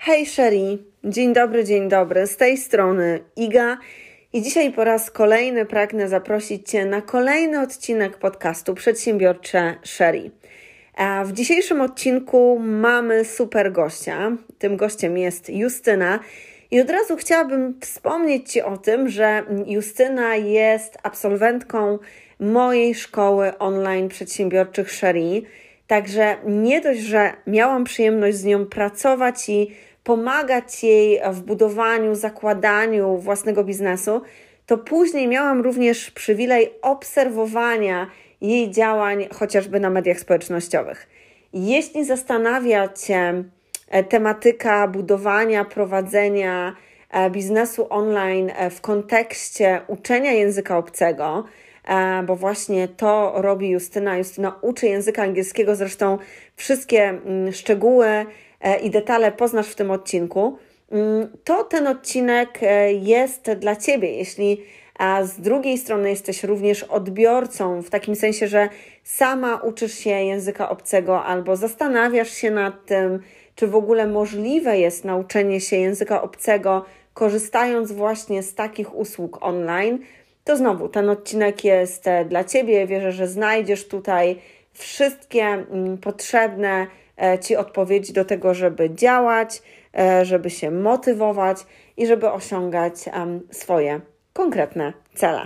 Hej Sherry, dzień dobry, z tej strony Iga i dzisiaj po raz kolejny pragnę zaprosić Cię na kolejny odcinek podcastu Przedsiębiorcze Sherry. A w dzisiejszym odcinku mamy super gościa, tym gościem jest Justyna i od razu chciałabym wspomnieć Ci o tym, że Justyna jest absolwentką mojej szkoły online przedsiębiorczych Sherry. Także nie dość, że miałam przyjemność z nią pracować i pomagać jej w budowaniu, zakładaniu własnego biznesu, to później miałam również przywilej obserwowania jej działań chociażby na mediach społecznościowych. Jeśli zastanawia Cię tematyka budowania, prowadzenia biznesu online w kontekście uczenia języka obcego, bo właśnie to robi Justyna. Justyna uczy języka angielskiego, zresztą wszystkie szczegóły i detale poznasz w tym odcinku, to ten odcinek jest dla Ciebie, jeśli z drugiej strony jesteś również odbiorcą, w takim sensie, że sama uczysz się języka obcego albo zastanawiasz się nad tym, czy w ogóle możliwe jest nauczenie się języka obcego, korzystając właśnie z takich usług online, to znowu ten odcinek jest dla Ciebie. Wierzę, że znajdziesz tutaj wszystkie potrzebne Ci odpowiedzi do tego, żeby działać, żeby się motywować i żeby osiągać swoje konkretne cele.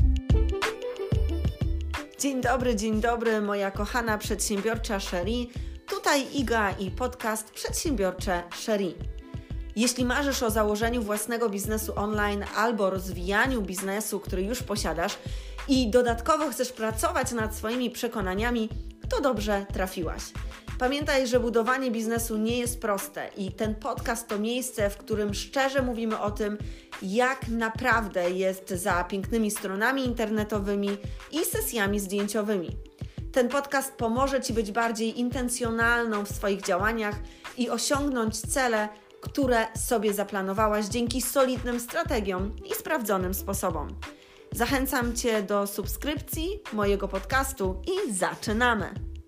Dzień dobry, moja kochana przedsiębiorcza Sherry. Tutaj Iga i podcast Przedsiębiorcze Sherry. Jeśli marzysz o założeniu własnego biznesu online albo rozwijaniu biznesu, który już posiadasz i dodatkowo chcesz pracować nad swoimi przekonaniami, to dobrze trafiłaś. Pamiętaj, że budowanie biznesu nie jest proste i ten podcast to miejsce, w którym szczerze mówimy o tym, jak naprawdę jest za pięknymi stronami internetowymi i sesjami zdjęciowymi. Ten podcast pomoże Ci być bardziej intencjonalną w swoich działaniach i osiągnąć cele, które sobie zaplanowałaś dzięki solidnym strategiom i sprawdzonym sposobom. Zachęcam Cię do subskrypcji mojego podcastu i zaczynamy!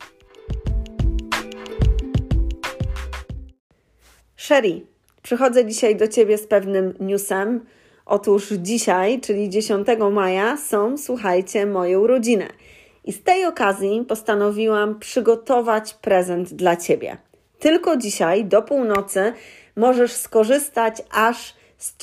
Sherry, przychodzę dzisiaj do Ciebie z pewnym newsem. Otóż dzisiaj, czyli 10 maja, są, słuchajcie, moje urodziny. I z tej okazji postanowiłam przygotować prezent dla Ciebie. Tylko dzisiaj do północy możesz skorzystać aż z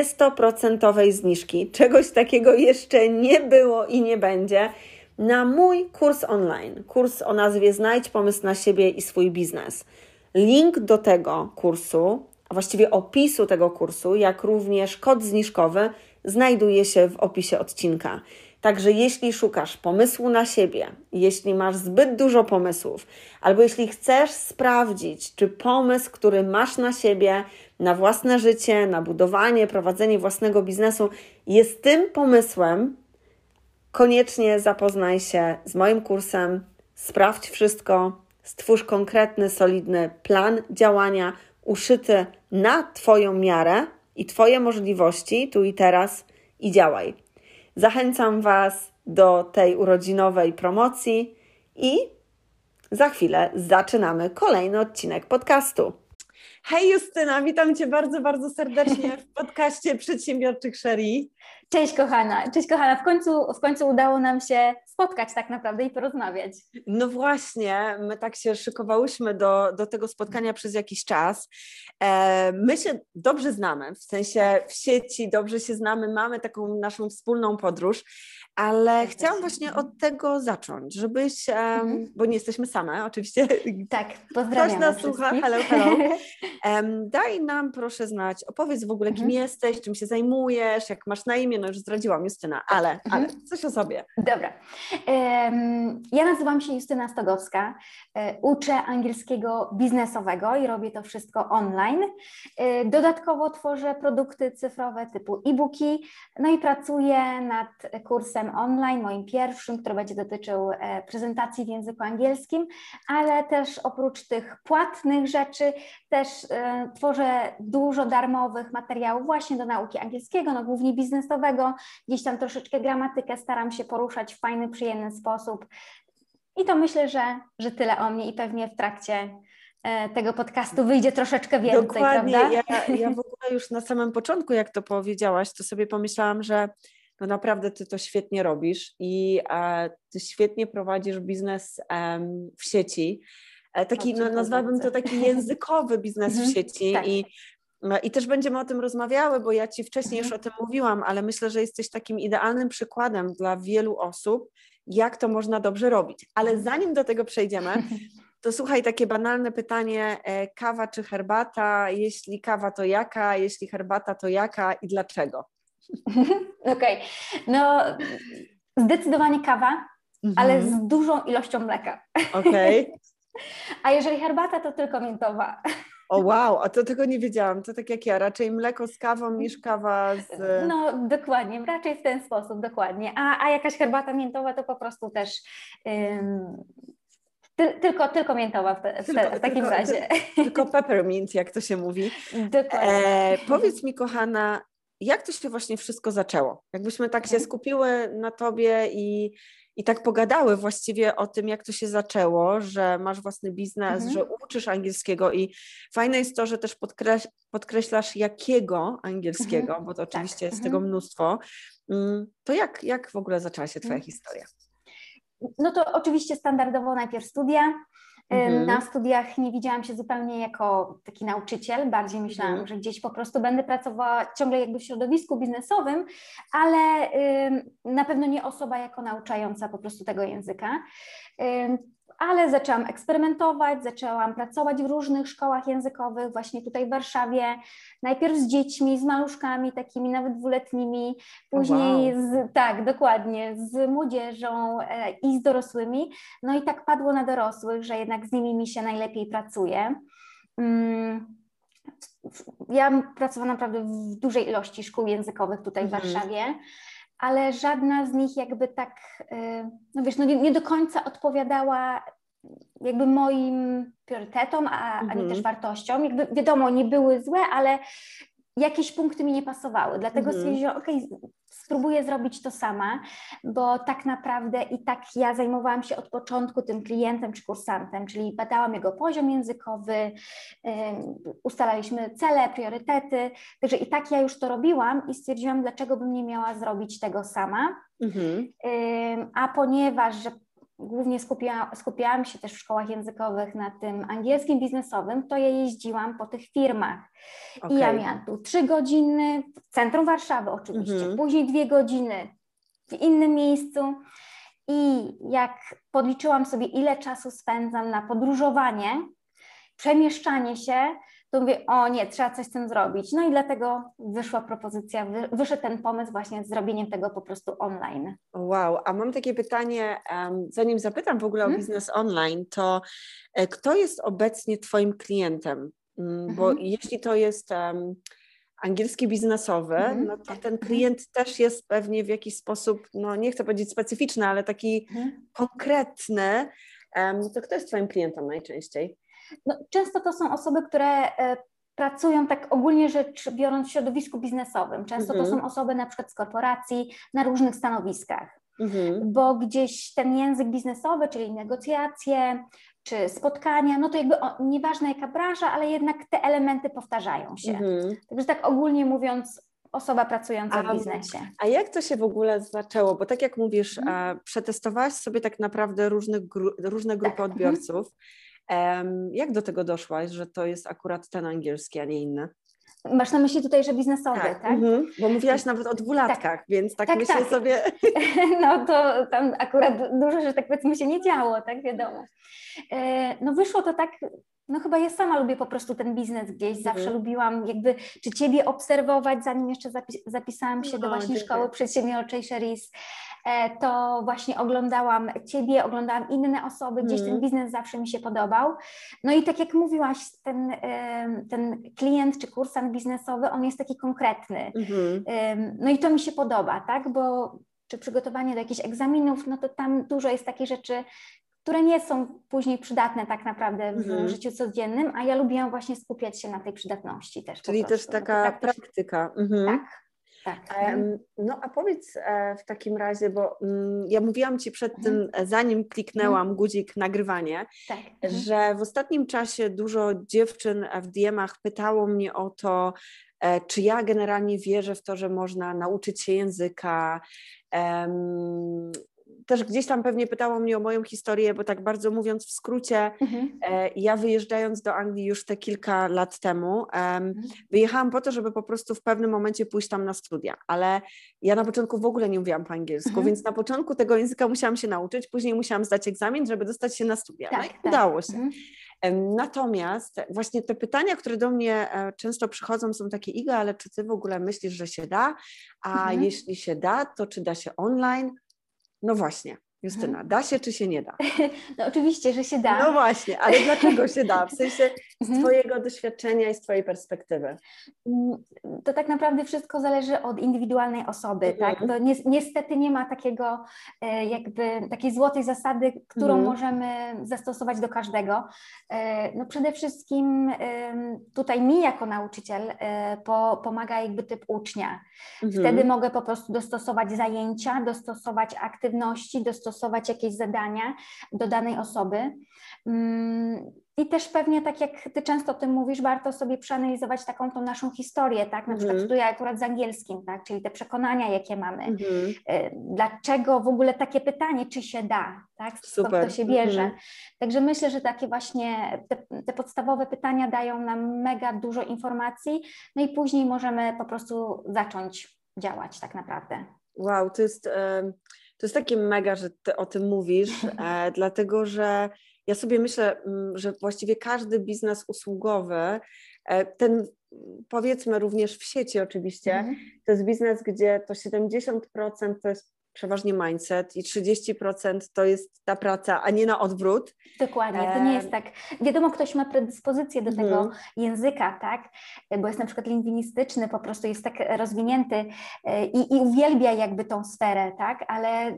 30% zniżki. Czegoś takiego jeszcze nie było i nie będzie na mój kurs online. Kurs o nazwie Znajdź pomysł na siebie i swój biznes. Link do tego kursu, a właściwie opisu tego kursu, jak również kod zniżkowy znajduje się w opisie odcinka. Także jeśli szukasz pomysłu na siebie, jeśli masz zbyt dużo pomysłów, albo jeśli chcesz sprawdzić, czy pomysł, który masz na siebie, na własne życie, na budowanie, prowadzenie własnego biznesu jest tym pomysłem, koniecznie zapoznaj się z moim kursem, sprawdź wszystko, stwórz konkretny, solidny plan działania uszyty na Twoją miarę i Twoje możliwości tu i teraz i działaj. Zachęcam Was do tej urodzinowej promocji i za chwilę zaczynamy kolejny odcinek podcastu. Hej Justyna, witam Cię bardzo, bardzo serdecznie w podcaście Przedsiębiorczych Sherry. Cześć kochana, w końcu udało nam się spotkać tak naprawdę i porozmawiać. No właśnie, my tak się szykowałyśmy do tego spotkania przez jakiś czas. My się dobrze znamy, w sensie w sieci dobrze się znamy, mamy taką naszą wspólną podróż, ale chciałam właśnie od tego zacząć, żebyś, bo nie jesteśmy same, oczywiście. Tak, pozdrawiam. Ktoś nas słucha, hello. Daj nam proszę znać, opowiedz w ogóle, kim jesteś, czym się zajmujesz, jak masz na imię, no już zdradziłam Justyna, ale coś o sobie. Dobra. Ja nazywam się Justyna Stogowska, uczę angielskiego biznesowego i robię to wszystko online. Dodatkowo tworzę produkty cyfrowe typu e-booki, no i pracuję nad kursem online, moim pierwszym, który będzie dotyczył prezentacji w języku angielskim, ale też oprócz tych płatnych rzeczy też tworzę dużo darmowych materiałów właśnie do nauki angielskiego, no głównie biznesowego, gdzieś tam troszeczkę gramatykę staram się poruszać w fajny, przyjemny sposób i to myślę, że tyle o mnie i pewnie w trakcie tego podcastu wyjdzie troszeczkę więcej, Dokładnie. prawda? Ja w ogóle już na samym początku, jak to powiedziałaś, to sobie pomyślałam, że no naprawdę ty to świetnie robisz i ty świetnie prowadzisz biznes w sieci. Taki, no, nazwałabym to taki językowy biznes w sieci tak. I też będziemy o tym rozmawiały, bo ja ci wcześniej już o tym mówiłam, ale myślę, że jesteś takim idealnym przykładem dla wielu osób, jak to można dobrze robić. Ale zanim do tego przejdziemy, to słuchaj, takie banalne pytanie, kawa czy herbata? Jeśli kawa, to jaka? Jeśli herbata, to jaka i dlaczego? Okej, no zdecydowanie kawa, ale z dużą ilością mleka. Okej. A jeżeli herbata, to tylko miętowa. O wow, a to tego nie wiedziałam. To tak jak ja, raczej mleko z kawą niż kawa z... No dokładnie, raczej w ten sposób, dokładnie. A jakaś herbata miętowa to po prostu też tylko miętowa w takim razie. Tylko peppermint, jak to się mówi. Dokładnie. Powiedz mi, kochana, jak to się właśnie wszystko zaczęło? Jakbyśmy tak się skupiły na tobie i tak pogadały właściwie o tym, jak to się zaczęło, że masz własny biznes, że uczysz angielskiego i fajne jest to, że też podkreślasz jakiego angielskiego, bo to oczywiście jest tego mnóstwo. To jak w ogóle zaczęła się twoja historia? No to oczywiście standardowo najpierw studia. Na studiach nie widziałam się zupełnie jako taki nauczyciel, bardziej myślałam, że gdzieś po prostu będę pracowała ciągle jakby w środowisku biznesowym, ale na pewno nie osoba jako nauczająca po prostu tego języka. Ale zaczęłam eksperymentować, zaczęłam pracować w różnych szkołach językowych, właśnie tutaj w Warszawie, najpierw z dziećmi, z maluszkami takimi nawet dwuletnimi, później tak, dokładnie, z młodzieżą i z dorosłymi. No i tak padło na dorosłych, że jednak z nimi mi się najlepiej pracuje. Ja pracowałam naprawdę w dużej ilości szkół językowych tutaj w Warszawie, ale żadna z nich jakby tak, no wiesz, no nie do końca odpowiadała jakby moim priorytetom, ani też wartościom. Jakby wiadomo, nie były złe, ale jakieś punkty mi nie pasowały. Dlatego stwierdziłam, okej, spróbuję zrobić to sama, bo tak naprawdę i tak ja zajmowałam się od początku tym klientem czy kursantem, czyli badałam jego poziom językowy, ustalaliśmy cele, priorytety, także i tak ja już to robiłam i stwierdziłam, dlaczego bym nie miała zrobić tego sama, a ponieważ, że głównie skupiałam się też w szkołach językowych na tym angielskim biznesowym, to ja jeździłam po tych firmach. I ja miałam tu 3 godziny w centrum Warszawy oczywiście, później 2 godziny w innym miejscu i jak podliczyłam sobie, ile czasu spędzam na podróżowanie, przemieszczanie się, to mówię, o nie, trzeba coś z tym zrobić. No i dlatego wyszła propozycja, wyszedł ten pomysł właśnie z zrobieniem tego po prostu online. Wow, a mam takie pytanie, zanim zapytam w ogóle o biznes online, to kto jest obecnie twoim klientem? Bo jeśli to jest angielski biznesowy, no to ten klient też jest pewnie w jakiś sposób, no nie chcę powiedzieć specyficzny, ale taki konkretny. To kto jest twoim klientem najczęściej? No, często to są osoby, które pracują tak ogólnie rzecz biorąc w środowisku biznesowym. Często to są osoby na przykład z korporacji na różnych stanowiskach, bo gdzieś ten język biznesowy, czyli negocjacje czy spotkania, no to jakby nieważne jaka branża, ale jednak te elementy powtarzają się. Także tak ogólnie mówiąc, osoba pracująca w biznesie. A jak to się w ogóle zaczęło? Bo tak jak mówisz, przetestowałaś sobie tak naprawdę różne grupy odbiorców. Jak do tego doszłaś, że to jest akurat ten angielski, a nie inny? Masz na myśli tutaj, że biznesowy, tak? Bo mówiłaś nawet o 2-latkach, więc tak myślę sobie... No to tam akurat dużo, że tak powiedzmy się nie działo, tak wiadomo. No wyszło to tak, no chyba ja sama lubię po prostu ten biznes gdzieś, zawsze lubiłam jakby, czy Ciebie obserwować, zanim jeszcze zapisałam się do właśnie szkoły przedsiębiorczej Sheris, to właśnie oglądałam Ciebie, oglądałam inne osoby, gdzieś ten biznes zawsze mi się podobał. No i tak jak mówiłaś, ten klient czy kursant biznesowy, on jest taki konkretny. No i to mi się podoba, tak, bo czy przygotowanie do jakichś egzaminów, no to tam dużo jest takich rzeczy, które nie są później przydatne tak naprawdę w życiu codziennym, a ja lubiłam właśnie skupiać się na tej przydatności też. Czyli też taka praktyka. Tak. Tak. No a powiedz w takim razie, bo ja mówiłam Ci przed tym, zanim kliknęłam guzik nagrywanie, tak. że w ostatnim czasie dużo dziewczyn w DM-ach pytało mnie o to, czy ja generalnie wierzę w to, że można nauczyć się języka. Też gdzieś tam pewnie pytało mnie o moją historię, bo tak bardzo mówiąc w skrócie, ja wyjeżdżając do Anglii już te kilka lat temu, wyjechałam po to, żeby po prostu w pewnym momencie pójść tam na studia, ale ja na początku w ogóle nie mówiłam po angielsku, więc na początku tego języka musiałam się nauczyć, później musiałam zdać egzamin, żeby dostać się na studia. No i udało się. Natomiast właśnie te pytania, które do mnie często przychodzą, są takie: Iga, ale czy ty w ogóle myślisz, że się da? A jeśli się da, to czy da się online? No właśnie, Justyna, da się czy się nie da? No oczywiście, że się da. No właśnie, ale dlaczego się da? W sensie z Twojego doświadczenia i z Twojej perspektywy. To tak naprawdę wszystko zależy od indywidualnej osoby, tak? To niestety nie ma takiego takiej złotej zasady, którą możemy zastosować do każdego. No przede wszystkim tutaj mi jako nauczyciel pomaga jakby typ ucznia. Wtedy mogę po prostu dostosować zajęcia, dostosować aktywności, dostosować jakieś zadania do danej osoby. I też pewnie, tak jak Ty często o tym mówisz, warto sobie przeanalizować taką tą naszą historię, tak? Na przykład tu ja akurat z angielskim, tak? Czyli te przekonania, jakie mamy. Dlaczego w ogóle takie pytanie, czy się da, tak? Skąd to się bierze? Także myślę, że takie właśnie te podstawowe pytania dają nam mega dużo informacji, no i później możemy po prostu zacząć działać tak naprawdę. Wow, to jest takie mega, że Ty o tym mówisz, dlatego że ja sobie myślę, że właściwie każdy biznes usługowy, ten powiedzmy również w sieci oczywiście, to jest biznes, gdzie to 70% to jest przeważnie mindset i 30% to jest ta praca, a nie na odwrót. Dokładnie, to nie jest tak. Wiadomo, ktoś ma predyspozycję do tego języka, tak? Bo jest na przykład lingwistyczny, po prostu jest tak rozwinięty i uwielbia jakby tą sferę, tak? Ale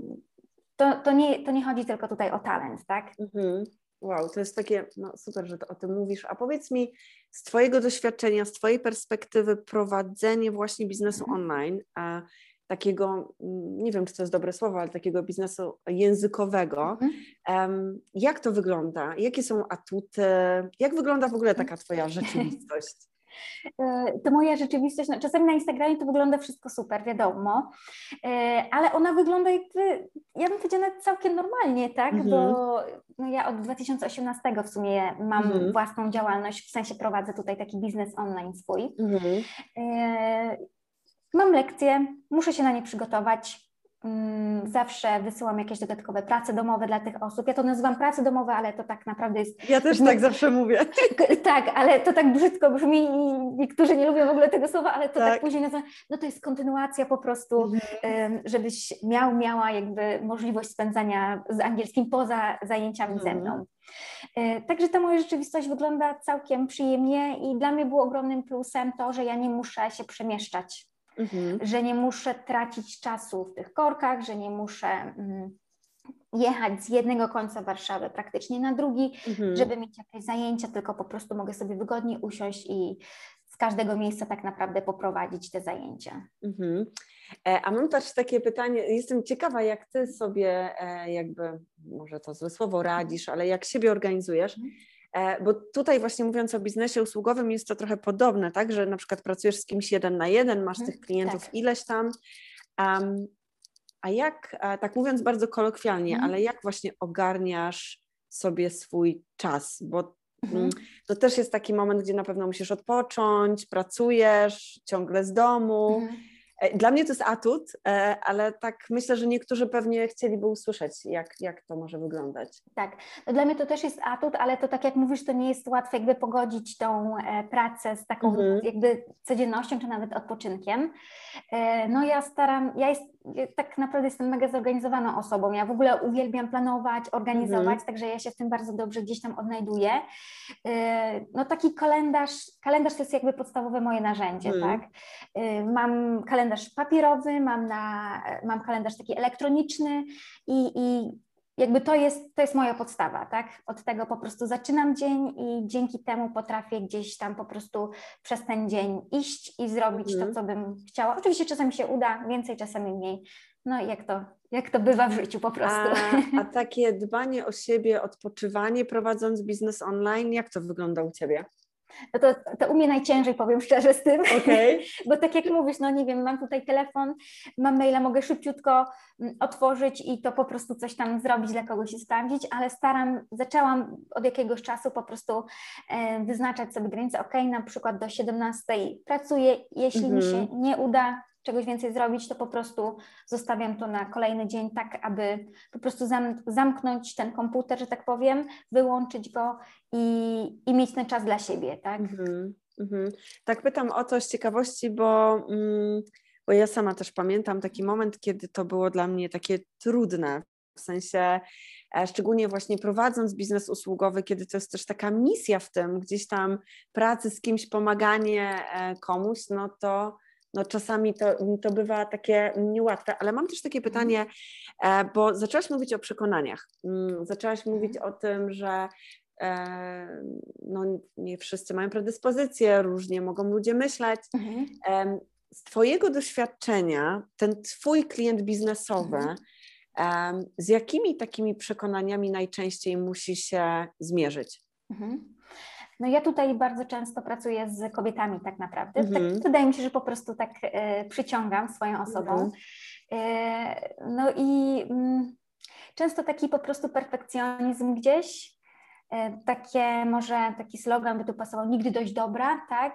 to nie chodzi tylko tutaj o talent, tak? Wow, to jest takie, no super, że o tym mówisz. A powiedz mi, z Twojego doświadczenia, z Twojej perspektywy, prowadzenie właśnie biznesu online, takiego, nie wiem, czy to jest dobre słowo, ale takiego biznesu językowego, jak to wygląda? Jakie są atuty? Jak wygląda w ogóle taka Twoja rzeczywistość? To moja rzeczywistość, no czasami na Instagramie to wygląda wszystko super, wiadomo, ale ona wygląda jakby, ja bym powiedziała, całkiem normalnie, tak, bo no ja od 2018 w sumie mam własną działalność, w sensie prowadzę tutaj taki biznes online swój. Mam lekcje, muszę się na nie przygotować. Zawsze wysyłam jakieś dodatkowe prace domowe dla tych osób. Ja to nazywam prace domowe, ale to tak naprawdę jest... Ja też tak zawsze mówię. Tak, ale to tak brzydko brzmi i niektórzy nie lubią w ogóle tego słowa, ale to tak później nazywam, no to jest kontynuacja po prostu, żebyś miała jakby możliwość spędzania z angielskim poza zajęciami ze mną. Także ta moja rzeczywistość wygląda całkiem przyjemnie i dla mnie było ogromnym plusem to, że ja nie muszę się przemieszczać. Że nie muszę tracić czasu w tych korkach, że nie muszę jechać z jednego końca Warszawy praktycznie na drugi, żeby mieć jakieś zajęcia, tylko po prostu mogę sobie wygodnie usiąść i z każdego miejsca tak naprawdę poprowadzić te zajęcia. A mam też takie pytanie, jestem ciekawa, jak Ty sobie jakby, może to złe słowo, radzisz, ale jak siebie organizujesz, bo tutaj właśnie mówiąc o biznesie usługowym jest to trochę podobne, tak, że na przykład pracujesz z kimś 1 na 1, masz tych klientów ileś tam, a jak, tak mówiąc bardzo kolokwialnie, ale jak właśnie ogarniasz sobie swój czas, bo to też jest taki moment, gdzie na pewno musisz odpocząć, pracujesz ciągle z domu. Dla mnie to jest atut, ale tak myślę, że niektórzy pewnie chcieliby usłyszeć, jak to może wyglądać. Tak, no dla mnie to też jest atut, ale to tak jak mówisz, to nie jest łatwe jakby pogodzić tą pracę z taką jakby codziennością, czy nawet odpoczynkiem. No ja tak naprawdę jestem mega zorganizowaną osobą. Ja w ogóle uwielbiam planować, organizować, także ja się w tym bardzo dobrze gdzieś tam odnajduję. No taki kalendarz to jest jakby podstawowe moje narzędzie, tak? Mam kalendarz papierowy, mam kalendarz taki elektroniczny i jakby to jest moja podstawa, tak? Od tego po prostu zaczynam dzień i dzięki temu potrafię gdzieś tam po prostu przez ten dzień iść i zrobić to, co bym chciała. Oczywiście czasami się uda, więcej, czasami mniej. No i jak to bywa w życiu po prostu. A takie dbanie o siebie, odpoczywanie prowadząc biznes online, jak to wygląda u Ciebie? No to u mnie najciężej, powiem szczerze, z tym, Okay. bo tak jak mówisz, no nie wiem, mam tutaj telefon, mam maila, mogę szybciutko otworzyć i to po prostu coś tam zrobić, dla kogoś i sprawdzić, ale zaczęłam od jakiegoś czasu po prostu wyznaczać sobie granice, na przykład do 17 pracuję, jeśli mi się nie uda czegoś więcej zrobić, to po prostu zostawiam to na kolejny dzień, tak aby po prostu zamknąć ten komputer, że tak powiem, wyłączyć go i mieć ten czas dla siebie, tak? Tak pytam o to z ciekawości, bo ja sama też pamiętam taki moment, kiedy to było dla mnie takie trudne, w sensie szczególnie właśnie prowadząc biznes usługowy, kiedy to jest też taka misja w tym, gdzieś tam pracy z kimś, pomaganie komuś, no czasami to bywa takie niełatwe, ale mam też takie pytanie, bo zaczęłaś mówić o przekonaniach, zaczęłaś mówić o tym, że no nie wszyscy mają predyspozycje, różnie mogą ludzie myśleć. Z Twojego doświadczenia, ten Twój klient biznesowy, z jakimi takimi przekonaniami najczęściej musi się zmierzyć? No ja tutaj bardzo często pracuję z kobietami tak naprawdę. Tak, wydaje mi się, że po prostu tak przyciągam swoją osobą. No i często taki po prostu perfekcjonizm gdzieś, taki slogan by tu pasował, nigdy dość dobra, tak?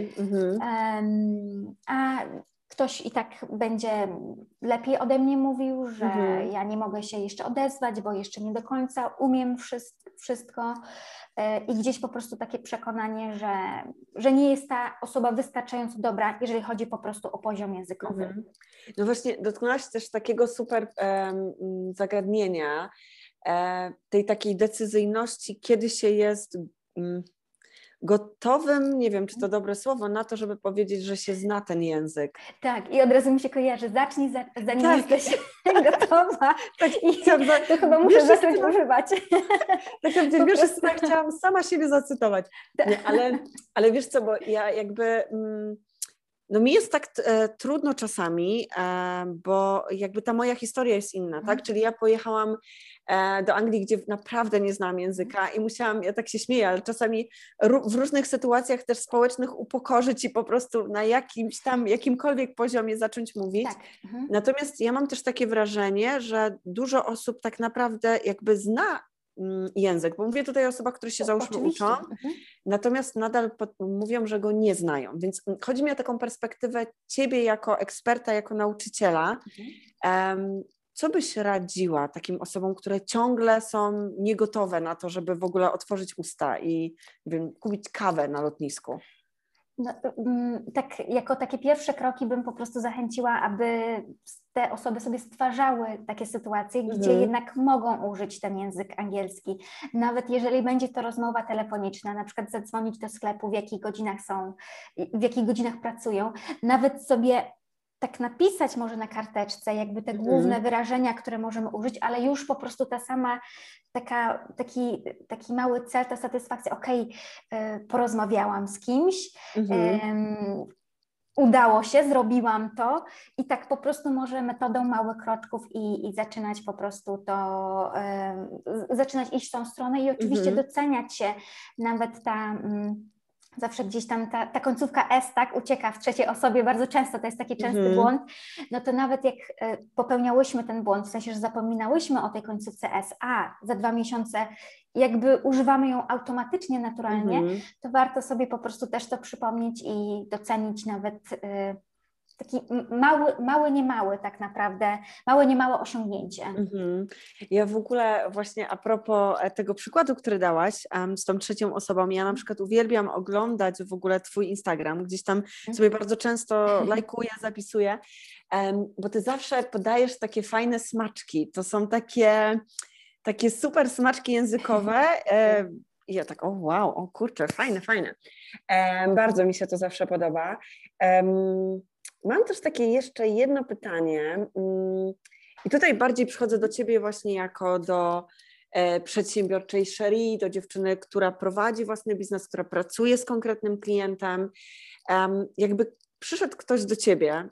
A ktoś i tak będzie lepiej ode mnie mówił, że ja nie mogę się jeszcze odezwać, bo jeszcze nie do końca umiem wszystko. I gdzieś po prostu takie przekonanie, że nie jest ta osoba wystarczająco dobra, jeżeli chodzi po prostu o poziom językowy. No właśnie, dotknęłaś też takiego super zagadnienia, tej takiej decyzyjności, kiedy się jest gotowym, nie wiem, czy to dobre słowo, na to, żeby powiedzieć, że się zna ten język. Tak, i od razu mi się kojarzy, zacznij zanim jesteś gotowa. To chyba muszę zacząć używać. Tak naprawdę, wiesz, chciałam sama siebie zacytować. Nie, ale wiesz co, bo ja jakby... No mi jest tak trudno czasami, bo jakby ta moja historia jest inna, tak? Czyli ja pojechałam do Anglii, gdzie naprawdę nie znam języka i musiałam, ja tak się śmieję, ale czasami w różnych sytuacjach też społecznych upokorzyć i po prostu na jakimkolwiek poziomie zacząć mówić. Tak. Natomiast ja mam też takie wrażenie, że dużo osób tak naprawdę jakby zna język, bo mówię tutaj o osobach, które się załóżmy uczą, natomiast nadal mówią, że go nie znają, więc chodzi mi o taką perspektywę Ciebie jako eksperta, jako nauczyciela. Co byś radziła takim osobom, które ciągle są niegotowe na to, żeby w ogóle otworzyć usta i kupić kawę na lotnisku? No, tak, jako takie pierwsze kroki bym po prostu zachęciła, aby te osoby sobie stwarzały takie sytuacje, gdzie jednak mogą użyć ten język angielski. Nawet jeżeli będzie to rozmowa telefoniczna, na przykład zadzwonić do sklepu, w jakich godzinach w jakich godzinach pracują, nawet sobie tak napisać może na karteczce, jakby te główne wyrażenia, które możemy użyć, ale już po prostu ta sama taki mały cel, ta satysfakcja, porozmawiałam z kimś, udało się, zrobiłam to i tak po prostu może metodą małych kroczków i zaczynać po prostu zaczynać iść w tą stronę i oczywiście doceniać się, nawet zawsze gdzieś tam ta końcówka S, tak, ucieka w trzeciej osobie, bardzo często to jest taki częsty błąd, no to nawet jak popełniałyśmy ten błąd, w sensie, że zapominałyśmy o tej końcówce S, a za 2 miesiące jakby używamy ją automatycznie, naturalnie, to warto sobie po prostu też to przypomnieć i docenić nawet taki mały, tak naprawdę, niemałe osiągnięcie. Ja w ogóle właśnie a propos tego przykładu, który dałaś z tą trzecią osobą, ja na przykład uwielbiam oglądać w ogóle Twój Instagram, gdzieś tam sobie bardzo często lajkuję, zapisuję, bo Ty zawsze podajesz takie fajne smaczki, to są takie super smaczki językowe. I ja tak, o kurczę, fajne. Bardzo mi się to zawsze podoba. Mam też takie jeszcze jedno pytanie. I tutaj bardziej przychodzę do Ciebie właśnie jako do przedsiębiorczej Sherry, do dziewczyny, która prowadzi własny biznes, która pracuje z konkretnym klientem. Jakby przyszedł ktoś do Ciebie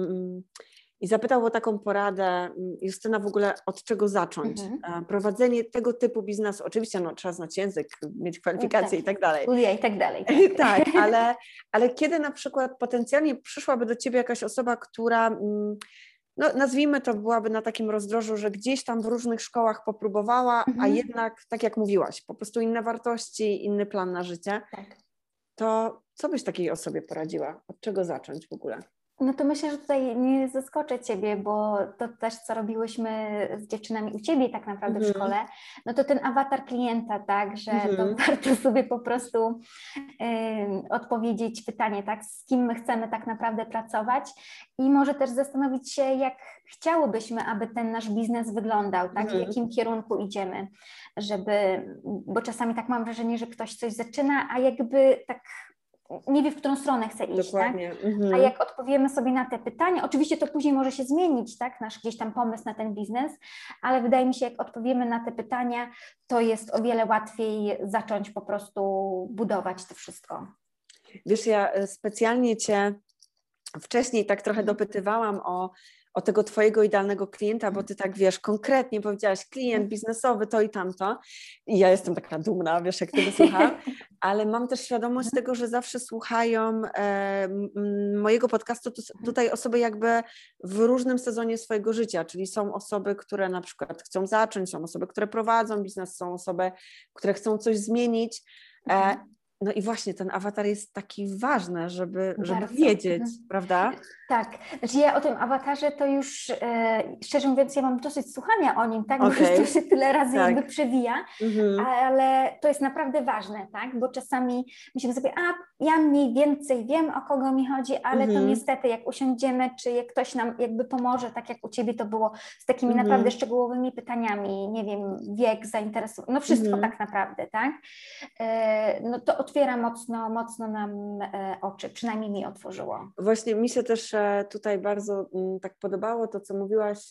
i zapytał o taką poradę, Justyna, w ogóle od czego zacząć? Prowadzenie tego typu biznesu, oczywiście trzeba znać język, mieć kwalifikacje i tak dalej. Studia i tak dalej. Tak, ale kiedy na przykład potencjalnie przyszłaby do Ciebie jakaś osoba, która, no nazwijmy to, byłaby na takim rozdrożu, że gdzieś tam w różnych szkołach popróbowała, a jednak, tak jak mówiłaś, po prostu inne wartości, inny plan na życie, to co byś takiej osobie poradziła? Od czego zacząć w ogóle? No to myślę, że tutaj nie zaskoczę Ciebie, bo to też, co robiłyśmy z dziewczynami u Ciebie tak naprawdę w szkole, no to ten awatar klienta, tak, że to warto sobie po prostu odpowiedzieć pytanie, tak, z kim my chcemy tak naprawdę pracować i może też zastanowić się, jak chciałybyśmy, aby ten nasz biznes wyglądał, tak, w jakim kierunku idziemy, bo czasami tak mam wrażenie, że ktoś coś zaczyna, a jakby tak nie wie, w którą stronę chce iść, dokładnie. Tak? A jak odpowiemy sobie na te pytania, oczywiście to później może się zmienić, tak, nasz gdzieś tam pomysł na ten biznes, ale wydaje mi się, jak odpowiemy na te pytania, to jest o wiele łatwiej zacząć po prostu budować to wszystko. Wiesz, ja specjalnie Cię wcześniej tak trochę dopytywałam o tego Twojego idealnego klienta, bo Ty tak, wiesz, konkretnie powiedziałaś klient biznesowy, to i tamto. I ja jestem taka dumna, wiesz, jak tego słucham, ale mam też świadomość tego, że zawsze słuchają mojego podcastu tutaj osoby jakby w różnym sezonie swojego życia, czyli są osoby, które na przykład chcą zacząć, są osoby, które prowadzą biznes, są osoby, które chcą coś zmienić. No i właśnie ten awatar jest taki ważny, żeby wiedzieć, prawda? Tak, znaczy ja o tym awatarze to już, szczerze mówiąc, ja mam dosyć słuchania o nim, tak, bo już to się tyle razy jakby przewija, ale to jest naprawdę ważne, tak, bo czasami myślimy sobie, ja mniej więcej wiem, o kogo mi chodzi, ale to niestety jak usiądziemy, czy jak ktoś nam jakby pomoże, tak jak u Ciebie to było, z takimi naprawdę szczegółowymi pytaniami, nie wiem, wiek, zainteresowanie, no wszystko tak naprawdę, tak, no to otwiera mocno nam oczy, przynajmniej mi otworzyło. Właśnie mi się też tutaj bardzo tak podobało to, co mówiłaś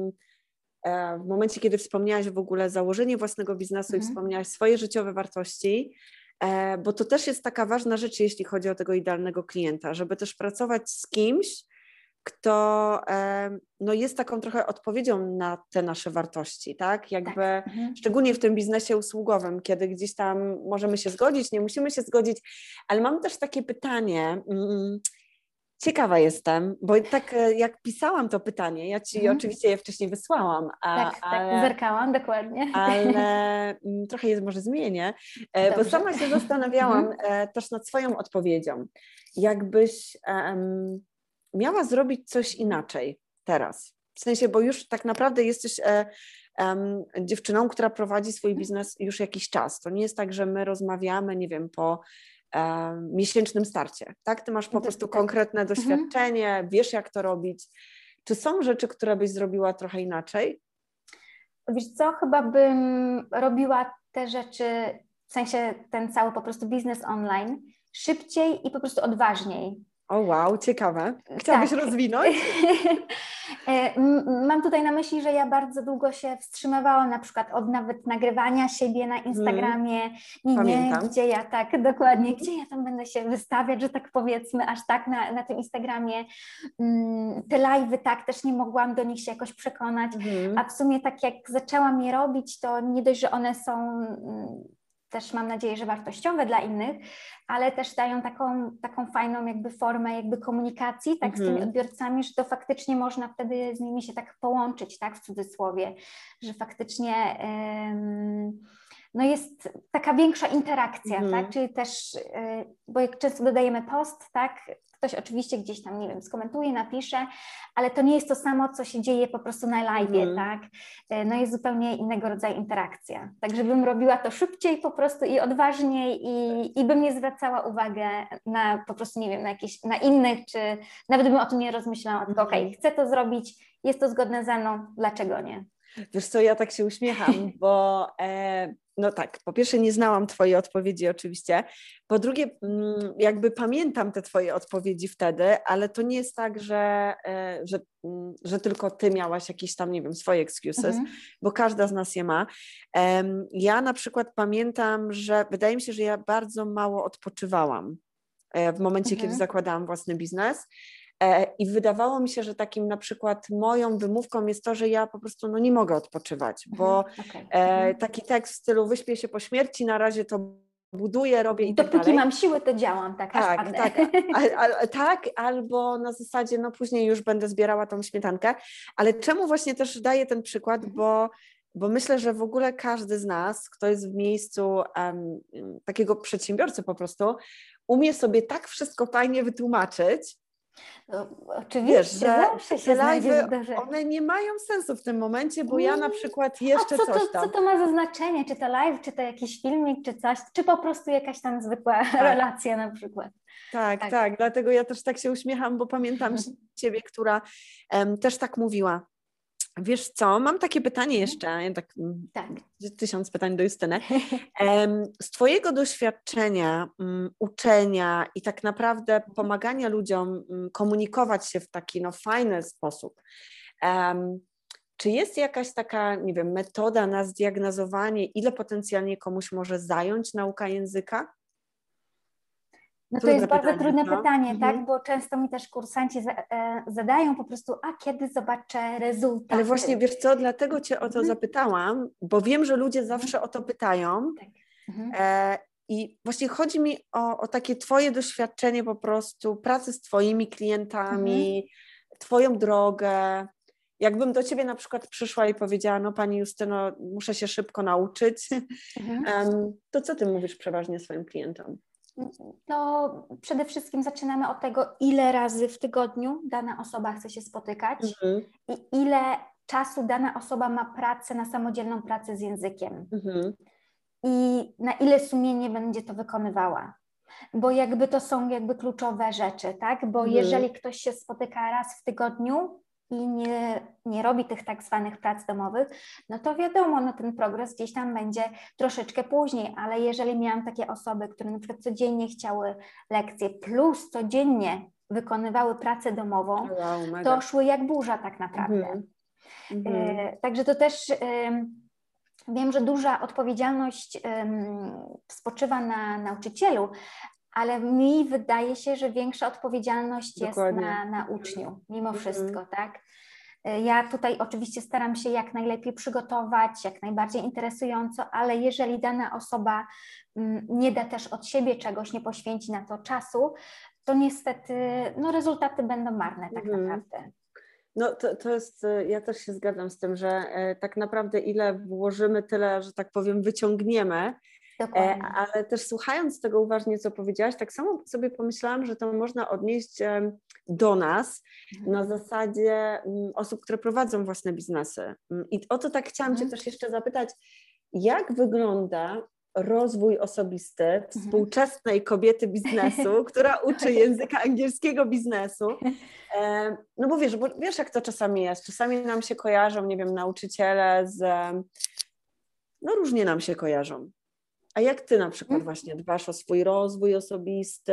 w momencie, kiedy wspomniałaś w ogóle założenie własnego biznesu i wspomniałaś swoje życiowe wartości, bo to też jest taka ważna rzecz, jeśli chodzi o tego idealnego klienta, żeby też pracować z kimś, kto no jest taką trochę odpowiedzią na te nasze wartości, tak? Jakby szczególnie w tym biznesie usługowym, kiedy gdzieś tam możemy się zgodzić, nie musimy się zgodzić, ale mam też takie pytanie. Ciekawa jestem, bo tak jak pisałam to pytanie, ja Ci oczywiście je wcześniej wysłałam. Tak, zerkałam, dokładnie. Ale trochę je może zmienię, bo sama się zastanawiałam też nad swoją odpowiedzią. Jakbyś miała zrobić coś inaczej teraz, w sensie, bo już tak naprawdę jesteś dziewczyną, która prowadzi swój biznes już jakiś czas. To nie jest tak, że my rozmawiamy, nie wiem, po miesięcznym starcie, tak? Ty masz po prostu konkretne doświadczenie, wiesz, jak to robić. Czy są rzeczy, które byś zrobiła trochę inaczej? Wiesz co, chyba bym robiła te rzeczy, w sensie ten cały po prostu biznes online szybciej i po prostu odważniej. O wow, ciekawe. Chciałabyś rozwinąć? Mam tutaj na myśli, że ja bardzo długo się wstrzymywałam na przykład od nawet nagrywania siebie na Instagramie. Gdzie ja tak, dokładnie, gdzie ja tam będę się wystawiać, że tak powiedzmy, aż tak na tym Instagramie. Te live'y tak, też nie mogłam do nich się jakoś przekonać, a w sumie tak jak zaczęłam je robić, to nie dość, że one są też mam nadzieję, że wartościowe dla innych, ale też dają taką fajną jakby formę jakby komunikacji tak z tymi odbiorcami, że to faktycznie można wtedy z nimi się tak połączyć, tak w cudzysłowie, że faktycznie no jest taka większa interakcja, tak, czyli też, bo jak często dodajemy post, tak, ktoś oczywiście gdzieś tam, nie wiem, skomentuje, napisze, ale to nie jest to samo, co się dzieje po prostu na live'ie, tak, no jest zupełnie innego rodzaju interakcja, także bym robiła to szybciej po prostu i odważniej i bym nie zwracała uwagę na po prostu, nie wiem, na innych, czy nawet bym o tym nie rozmyślała, tylko okej, chcę to zrobić, jest to zgodne ze mną, dlaczego nie? Wiesz co, ja tak się uśmiecham, bo no tak, po pierwsze nie znałam twojej odpowiedzi oczywiście, po drugie jakby pamiętam te twoje odpowiedzi wtedy, ale to nie jest tak, że tylko ty miałaś jakieś tam, nie wiem, swoje excuses, bo każda z nas je ma. Ja na przykład pamiętam, że wydaje mi się, że ja bardzo mało odpoczywałam w momencie, kiedy zakładałam własny biznes. I wydawało mi się, że takim na przykład moją wymówką jest to, że ja po prostu nie mogę odpoczywać, bo taki tekst w stylu wyśpię się po śmierci, na razie to buduję, robię i tak dalej. Dopóki mam siły, to działam, tak? Tak, albo na zasadzie, później już będę zbierała tą śmietankę, ale czemu właśnie też daję ten przykład, bo myślę, że w ogóle każdy z nas, kto jest w miejscu takiego przedsiębiorcy po prostu, umie sobie tak wszystko fajnie wytłumaczyć. No, oczywiście, wiesz, zawsze się znajdzie one nie mają sensu w tym momencie, bo ja na przykład jeszcze coś tam. Co to ma za znaczenie? Czy to live, czy to jakiś filmik, czy coś, czy po prostu jakaś tam zwykła relacja na przykład. Tak, dlatego ja też tak się uśmiecham, bo pamiętam ciebie, która też tak mówiła. Wiesz co, mam takie pytanie jeszcze, tak. 1000 pytań do Justyny. Z twojego doświadczenia, uczenia i tak naprawdę pomagania ludziom komunikować się w taki fajny sposób, czy jest jakaś taka, nie wiem, metoda na zdiagnozowanie, ile potencjalnie komuś może zająć nauka języka? No to jest bardzo trudne pytanie, tak? Bo często mi też kursanci zadają po prostu, a kiedy zobaczę rezultaty? Ale właśnie, wiesz co, dlatego cię o to zapytałam, bo wiem, że ludzie zawsze o to pytają. Tak. I właśnie chodzi mi o takie twoje doświadczenie po prostu, pracy z twoimi klientami, twoją drogę. Jakbym do ciebie na przykład przyszła i powiedziała, pani Justyno, muszę się szybko nauczyć, to co ty mówisz przeważnie swoim klientom? No przede wszystkim zaczynamy od tego, ile razy w tygodniu dana osoba chce się spotykać i ile czasu dana osoba ma pracę na samodzielną pracę z językiem i na ile sumiennie będzie to wykonywała. Bo to są kluczowe rzeczy, tak? Bo jeżeli ktoś się spotyka raz w tygodniu i nie robi tych tak zwanych prac domowych, no to wiadomo, ten progres gdzieś tam będzie troszeczkę później, ale jeżeli miałam takie osoby, które na przykład codziennie chciały lekcje plus codziennie wykonywały pracę domową, to szły jak burza tak naprawdę. Także to też wiem, że duża odpowiedzialność spoczywa na nauczycielu, ale mi wydaje się, że większa odpowiedzialność jest na uczniu, mimo wszystko, tak? Ja tutaj oczywiście staram się jak najlepiej przygotować, jak najbardziej interesująco, ale jeżeli dana osoba nie da też od siebie czegoś, nie poświęci na to czasu, to niestety rezultaty będą marne tak naprawdę. No to jest, ja też się zgadzam z tym, że tak naprawdę ile włożymy, tyle, że tak powiem, wyciągniemy. Ale też słuchając tego uważnie, co powiedziałaś, tak samo sobie pomyślałam, że to można odnieść do nas na zasadzie osób, które prowadzą własne biznesy. I o to tak chciałam cię też jeszcze zapytać, jak wygląda rozwój osobisty współczesnej kobiety biznesu, która uczy języka angielskiego biznesu. No bo wiesz, jak to czasami jest. Czasami nam się kojarzą, nie wiem, nauczyciele różnie nam się kojarzą. A jak ty na przykład właśnie dbasz o swój rozwój osobisty?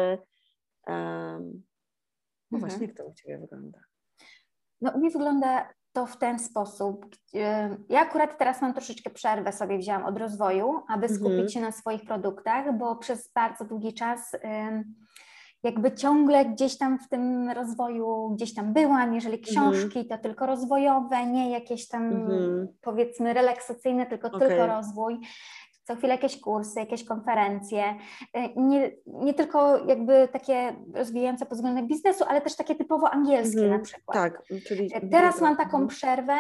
Właśnie, jak to u ciebie wygląda? No mi wygląda to w ten sposób. Ja akurat teraz mam troszeczkę przerwę, sobie wzięłam od rozwoju, aby skupić się na swoich produktach, bo przez bardzo długi czas ciągle gdzieś tam w tym rozwoju gdzieś tam byłam. Jeżeli książki, to tylko rozwojowe, nie jakieś tam powiedzmy relaksacyjne, tylko rozwój. Co chwilę jakieś kursy, jakieś konferencje, nie tylko takie rozwijające pod względem biznesu, ale też takie typowo angielskie na przykład. Tak, czyli teraz mam taką przerwę,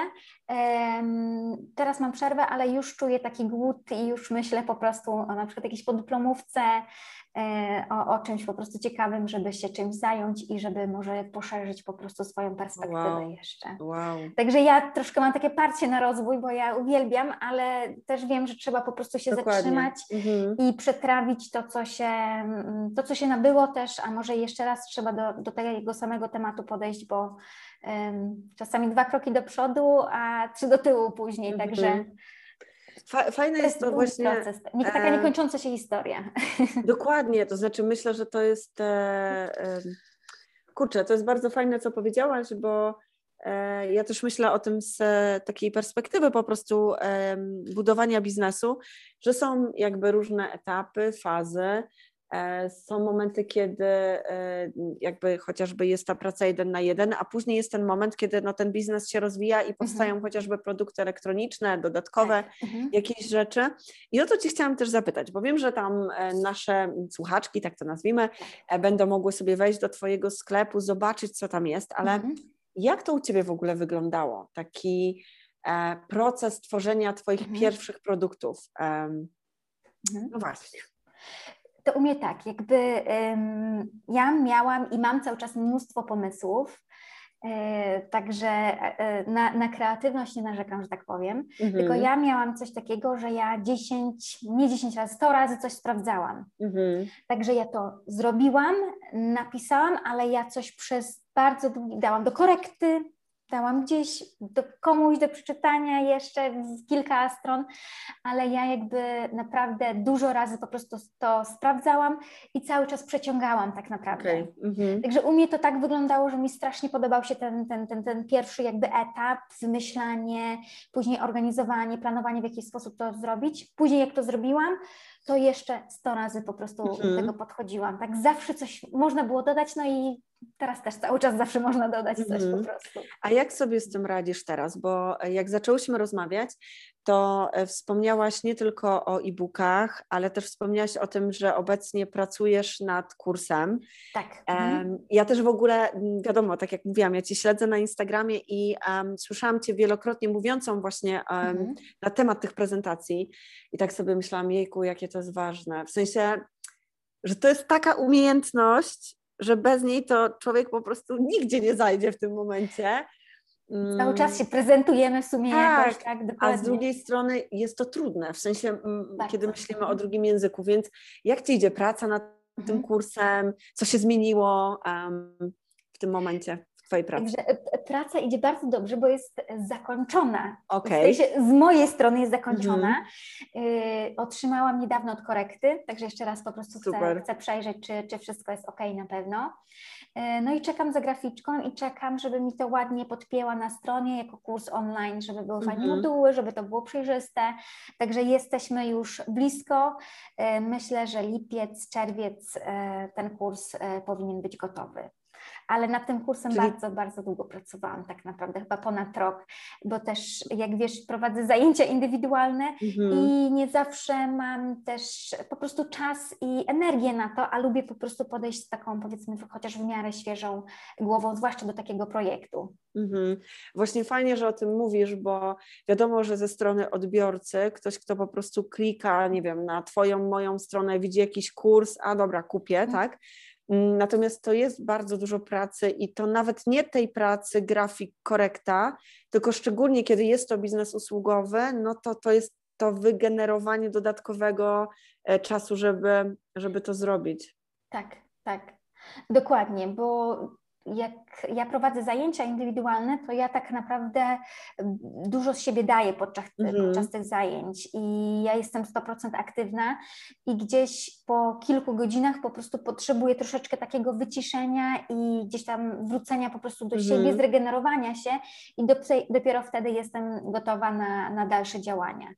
ale już czuję taki głód i już myślę po prostu o na przykład jakiejś podyplomówce, o czymś po prostu ciekawym, żeby się czymś zająć i żeby może poszerzyć po prostu swoją perspektywę jeszcze. Także ja troszkę mam takie parcie na rozwój, bo ja uwielbiam, ale też wiem, że trzeba po prostu się zatrzymać i przetrawić to, co się nabyło też, a może jeszcze raz trzeba do tego samego tematu podejść, bo czasami 2 kroki do przodu, a 3 do tyłu później, także Fajne jest to długi właśnie... proces, taka niekończąca się historia. Dokładnie, to znaczy myślę, że to jest... Kurczę, to jest bardzo fajne, co powiedziałaś, bo ja też myślę o tym z takiej perspektywy po prostu budowania biznesu, że są jakby różne etapy, fazy. Są momenty, kiedy jakby chociażby jest ta praca 1 na 1, a później jest ten moment, kiedy no, ten biznes się rozwija i powstają chociażby produkty elektroniczne, dodatkowe jakieś rzeczy. I o to Cię chciałam też zapytać, bo wiem, że tam nasze słuchaczki, tak to nazwijmy, będą mogły sobie wejść do Twojego sklepu, zobaczyć, co tam jest, ale jak to u Ciebie w ogóle wyglądało? Taki proces tworzenia Twoich pierwszych produktów. No właśnie. To u mnie tak, jakby ja miałam i mam cały czas mnóstwo pomysłów, także na kreatywność nie narzekam, że tak powiem, tylko ja miałam coś takiego, że ja 10 razy, 100 razy coś sprawdzałam. Także ja to zrobiłam, napisałam, ale ja coś przez bardzo długi dałam do korekty, dałam gdzieś komuś do przeczytania jeszcze w kilka stron, ale ja jakby naprawdę dużo razy po prostu to sprawdzałam i cały czas przeciągałam tak naprawdę. Także u mnie to tak wyglądało, że mi strasznie podobał się ten pierwszy jakby etap, wymyślanie, później organizowanie, planowanie, w jaki sposób to zrobić. Później jak to zrobiłam, to jeszcze 100 razy po prostu do tego podchodziłam. Tak zawsze coś można było dodać, no i teraz też cały czas zawsze można dodać coś po prostu. A jak sobie z tym radzisz teraz? Bo jak zaczęłyśmy rozmawiać, to wspomniałaś nie tylko o e-bookach, ale też wspomniałaś o tym, że obecnie pracujesz nad kursem. Tak. Ja też w ogóle, wiadomo, tak jak mówiłam, ja Cię śledzę na Instagramie i słyszałam Cię wielokrotnie mówiącą właśnie na temat tych prezentacji i tak sobie myślałam, jejku, jakie to jest ważne. W sensie, że to jest taka umiejętność, że bez niej to człowiek po prostu nigdzie nie zajdzie w tym momencie. Cały czas się prezentujemy w sumie jakoś, tak? Dokładnie. A z drugiej strony jest to trudne, w sensie, kiedy myślimy o drugim języku, więc jak Ci idzie praca nad tym kursem, co się zmieniło w tym momencie w Twojej pracy? Także praca idzie bardzo dobrze, bo jest zakończona. Okay. W sensie z mojej strony jest zakończona. Otrzymałam niedawno od korekty, także jeszcze raz po prostu chcę przejrzeć, czy wszystko jest ok na pewno. No i czekam za graficzką i czekam, żeby mi to ładnie podpięła na stronie jako kurs online, żeby były fajne moduły, żeby to było przejrzyste. Także jesteśmy już blisko. Myślę, że lipiec, czerwiec ten kurs powinien być gotowy. Ale nad tym kursem bardzo, bardzo długo pracowałam, tak naprawdę, chyba ponad rok, bo też, jak wiesz, prowadzę zajęcia indywidualne i nie zawsze mam też po prostu czas i energię na to, a lubię po prostu podejść z taką, powiedzmy, chociaż w miarę świeżą głową, zwłaszcza do takiego projektu. Właśnie fajnie, że o tym mówisz, bo wiadomo, że ze strony odbiorcy ktoś, kto po prostu klika, nie wiem, na Twoją, moją stronę, widzi jakiś kurs, a dobra, kupię, tak? Natomiast to jest bardzo dużo pracy i to nawet nie tej pracy grafik, korekta, tylko szczególnie kiedy jest to biznes usługowy, no to jest to wygenerowanie dodatkowego czasu, żeby to zrobić. Tak, tak, dokładnie, bo jak ja prowadzę zajęcia indywidualne, to ja tak naprawdę dużo z siebie daję podczas tych zajęć i ja jestem 100% aktywna i gdzieś po kilku godzinach po prostu potrzebuję troszeczkę takiego wyciszenia i gdzieś tam wrócenia po prostu do siebie, zregenerowania się i dopiero wtedy jestem gotowa na dalsze działania.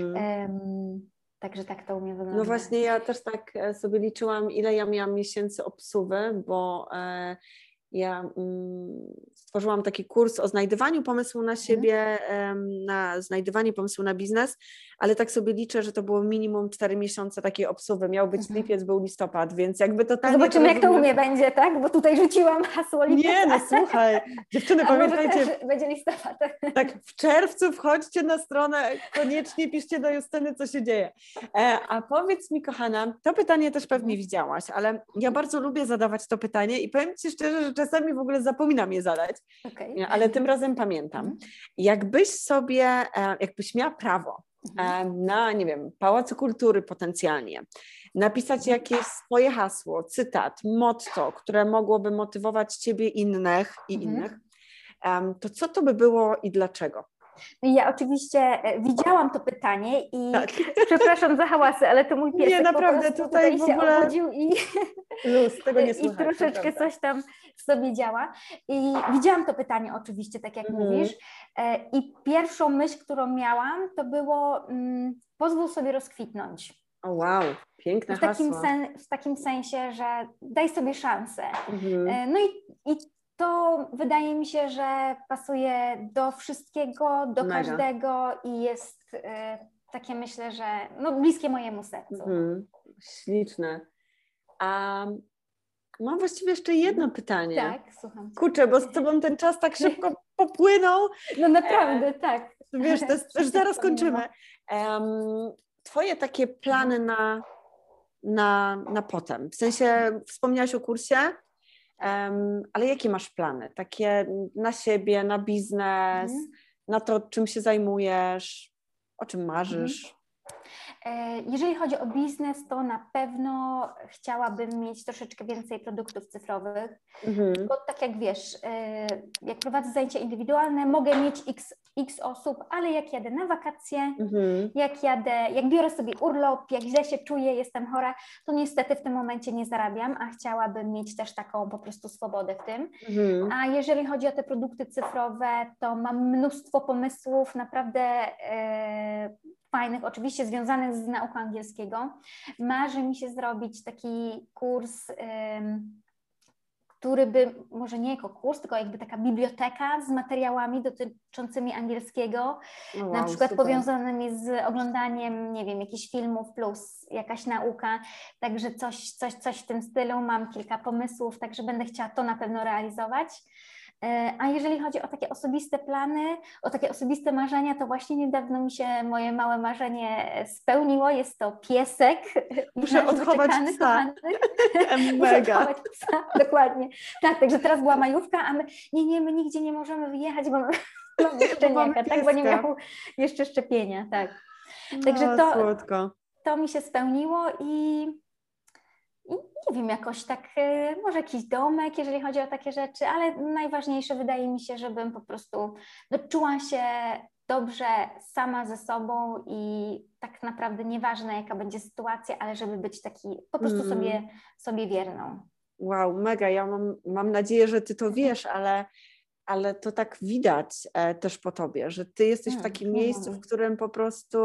Także tak to u mnie wygląda. No właśnie, ja też tak sobie liczyłam, ile ja miałam miesięcy obsługi, bo ja stworzyłam taki kurs o znajdywaniu pomysłu na siebie, na znajdywanie pomysłu na biznes, ale tak sobie liczę, że to było minimum 4 miesiące takiej obsługi. Miał być lipiec, był listopad, więc jakby totalnie... Zobaczymy, jak to u mnie będzie, tak? Bo tutaj rzuciłam hasło lipiec. Nie, no słuchaj, dziewczyny, pamiętajcie... Może też będzie listopad. Tak, w czerwcu wchodźcie na stronę, koniecznie piszcie do Justyny, co się dzieje. A powiedz mi, kochana, to pytanie też pewnie widziałaś, ale ja bardzo lubię zadawać to pytanie i powiem Ci szczerze, że czasami w ogóle zapominam je zadać, ale tym razem pamiętam. Jakbyś miała prawo na, nie wiem, Pałacu Kultury potencjalnie, napisać jakieś swoje hasło, cytat, motto, które mogłoby motywować Ciebie innych, to co to by było i dlaczego? No i ja oczywiście widziałam to pytanie i Tak. przepraszam za hałasy, ale to mój piesek Nie, naprawdę, po prostu tutaj w się ogóle obudził luz, tego nie i słychać. troszeczkę coś tam sobie działa. I widziałam to pytanie oczywiście, tak jak mówisz. I pierwszą myśl, którą miałam, to było pozwól sobie rozkwitnąć. O wow, piękne hasło. W takim sensie, że daj sobie szansę. No i to wydaje mi się, że pasuje do wszystkiego, do każdego i jest takie, myślę, że bliskie mojemu sercu. Śliczne. A mam właściwie jeszcze jedno pytanie. Tak, słucham. Kurczę, bo z tobą ten czas tak szybko popłynął. No naprawdę, tak. Wiesz, to już zaraz kończymy. Twoje takie plany na potem? W sensie wspomniałaś o kursie, ale jakie masz plany? Takie na siebie, na biznes, na to, czym się zajmujesz, o czym marzysz? Jeżeli chodzi o biznes, to na pewno chciałabym mieć troszeczkę więcej produktów cyfrowych, bo tak jak wiesz, jak prowadzę zajęcia indywidualne, mogę mieć x osób, ale jak jadę na wakacje, jak biorę sobie urlop, jak źle się czuję, jestem chora, to niestety w tym momencie nie zarabiam, a chciałabym mieć też taką po prostu swobodę w tym. A jeżeli chodzi o te produkty cyfrowe, to mam mnóstwo pomysłów, naprawdę fajnych, oczywiście związanych z nauką angielskiego. Marzy mi się zrobić taki kurs, który by, może nie jako kurs, tylko jakby taka biblioteka z materiałami dotyczącymi angielskiego, na przykład super, powiązanymi z oglądaniem, nie wiem, jakichś filmów plus jakaś nauka, także coś w tym stylu, mam kilka pomysłów, także będę chciała to na pewno realizować. A jeżeli chodzi o takie osobiste plany, o takie osobiste marzenia, to właśnie niedawno mi się moje małe marzenie spełniło. Jest to piesek. Muszę odchować psa. Muszę odchować psa, dokładnie. Tak, także teraz była majówka, a my nigdzie nie możemy wyjechać, bo mamy szczeniaka, tak, bo nie miał jeszcze szczepienia, tak. Także to mi się spełniło i nie wiem, jakoś tak, może jakiś domek, jeżeli chodzi o takie rzeczy, ale najważniejsze wydaje mi się, żebym po prostu czuła się dobrze sama ze sobą i tak naprawdę nieważne, jaka będzie sytuacja, ale żeby być taki po prostu sobie wierną. Wow, mega, ja mam nadzieję, że ty to wiesz, ale to tak widać też po tobie, że ty jesteś w takim miejscu, w którym po prostu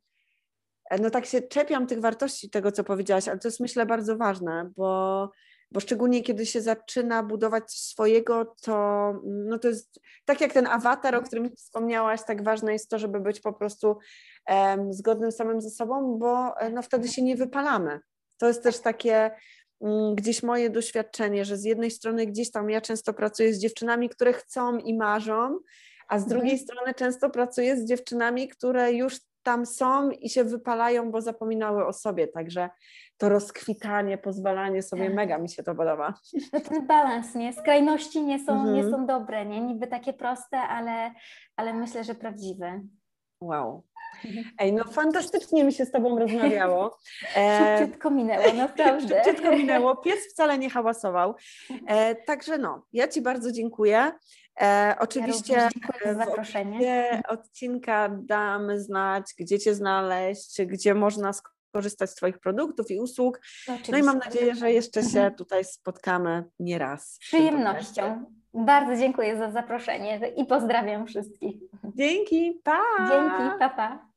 tak się czepiam tych wartości, tego co powiedziałaś, ale to jest myślę bardzo ważne, bo szczególnie kiedy się zaczyna budować coś swojego, to jest tak jak ten awatar, o którym wspomniałaś, tak ważne jest to, żeby być po prostu zgodnym samym ze sobą, bo wtedy się nie wypalamy. To jest też takie gdzieś moje doświadczenie, że z jednej strony gdzieś tam ja często pracuję z dziewczynami, które chcą i marzą, a z drugiej strony często pracuję z dziewczynami, które już tam są i się wypalają, bo zapominały o sobie, także to rozkwitanie, pozwalanie sobie, mega mi się to podoba. No ten balans, nie? Skrajności nie są dobre, nie? Niby takie proste, ale myślę, że prawdziwe. Wow. Ej, fantastycznie mi się z tobą rozmawiało. Szybciutko minęło, naprawdę. Szybciutko minęło, pies wcale nie hałasował. Także ja ci bardzo dziękuję. Oczywiście ja dziękuję za zaproszenie. Odcinka damy znać, gdzie cię znaleźć, gdzie można skorzystać z twoich produktów i usług. No i mam nadzieję, że jeszcze się tutaj spotkamy nieraz. Z przyjemnością. Bardzo dziękuję za zaproszenie i pozdrawiam wszystkich. Dzięki, pa! Dzięki, pa, pa.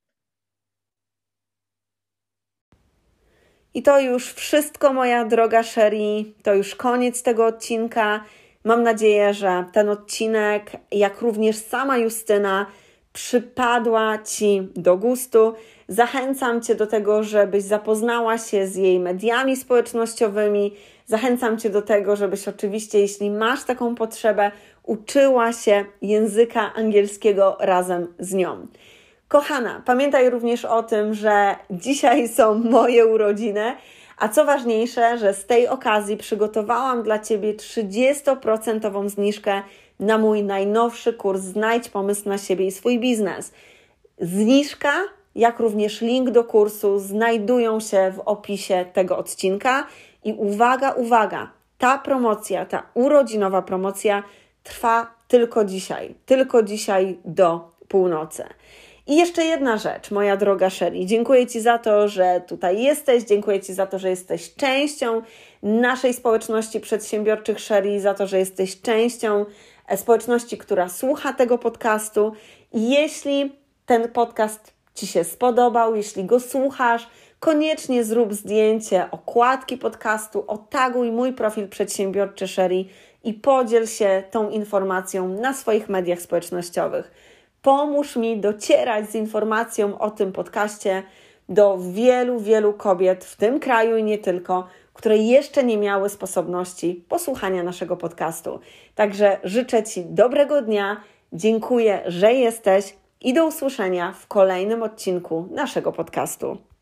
I to już wszystko, moja droga Sherry. To już koniec tego odcinka. Mam nadzieję, że ten odcinek, jak również sama Justyna, przypadła ci do gustu. Zachęcam cię do tego, żebyś zapoznała się z jej mediami społecznościowymi. Zachęcam cię do tego, żebyś oczywiście, jeśli masz taką potrzebę, uczyła się języka angielskiego razem z nią. Kochana, pamiętaj również o tym, że dzisiaj są moje urodziny, a co ważniejsze, że z tej okazji przygotowałam dla ciebie 30% zniżkę na mój najnowszy kurs Znajdź pomysł na siebie i swój biznes. Zniżka, jak również link do kursu znajdują się w opisie tego odcinka. I uwaga, ta promocja, ta urodzinowa promocja trwa tylko dzisiaj do północy. I jeszcze jedna rzecz, moja droga Sherry. Dziękuję Ci za to, że tutaj jesteś. Dziękuję Ci za to, że jesteś częścią naszej społeczności przedsiębiorczych Sherry, za to, że jesteś częścią społeczności, która słucha tego podcastu. I jeśli ten podcast Ci się spodobał, jeśli go słuchasz, koniecznie zrób zdjęcie okładki podcastu, otaguj mój profil przedsiębiorczy Sherry i podziel się tą informacją na swoich mediach społecznościowych. Pomóż mi docierać z informacją o tym podcaście do wielu, wielu kobiet w tym kraju i nie tylko, które jeszcze nie miały sposobności posłuchania naszego podcastu. Także życzę Ci dobrego dnia, dziękuję, że jesteś i do usłyszenia w kolejnym odcinku naszego podcastu.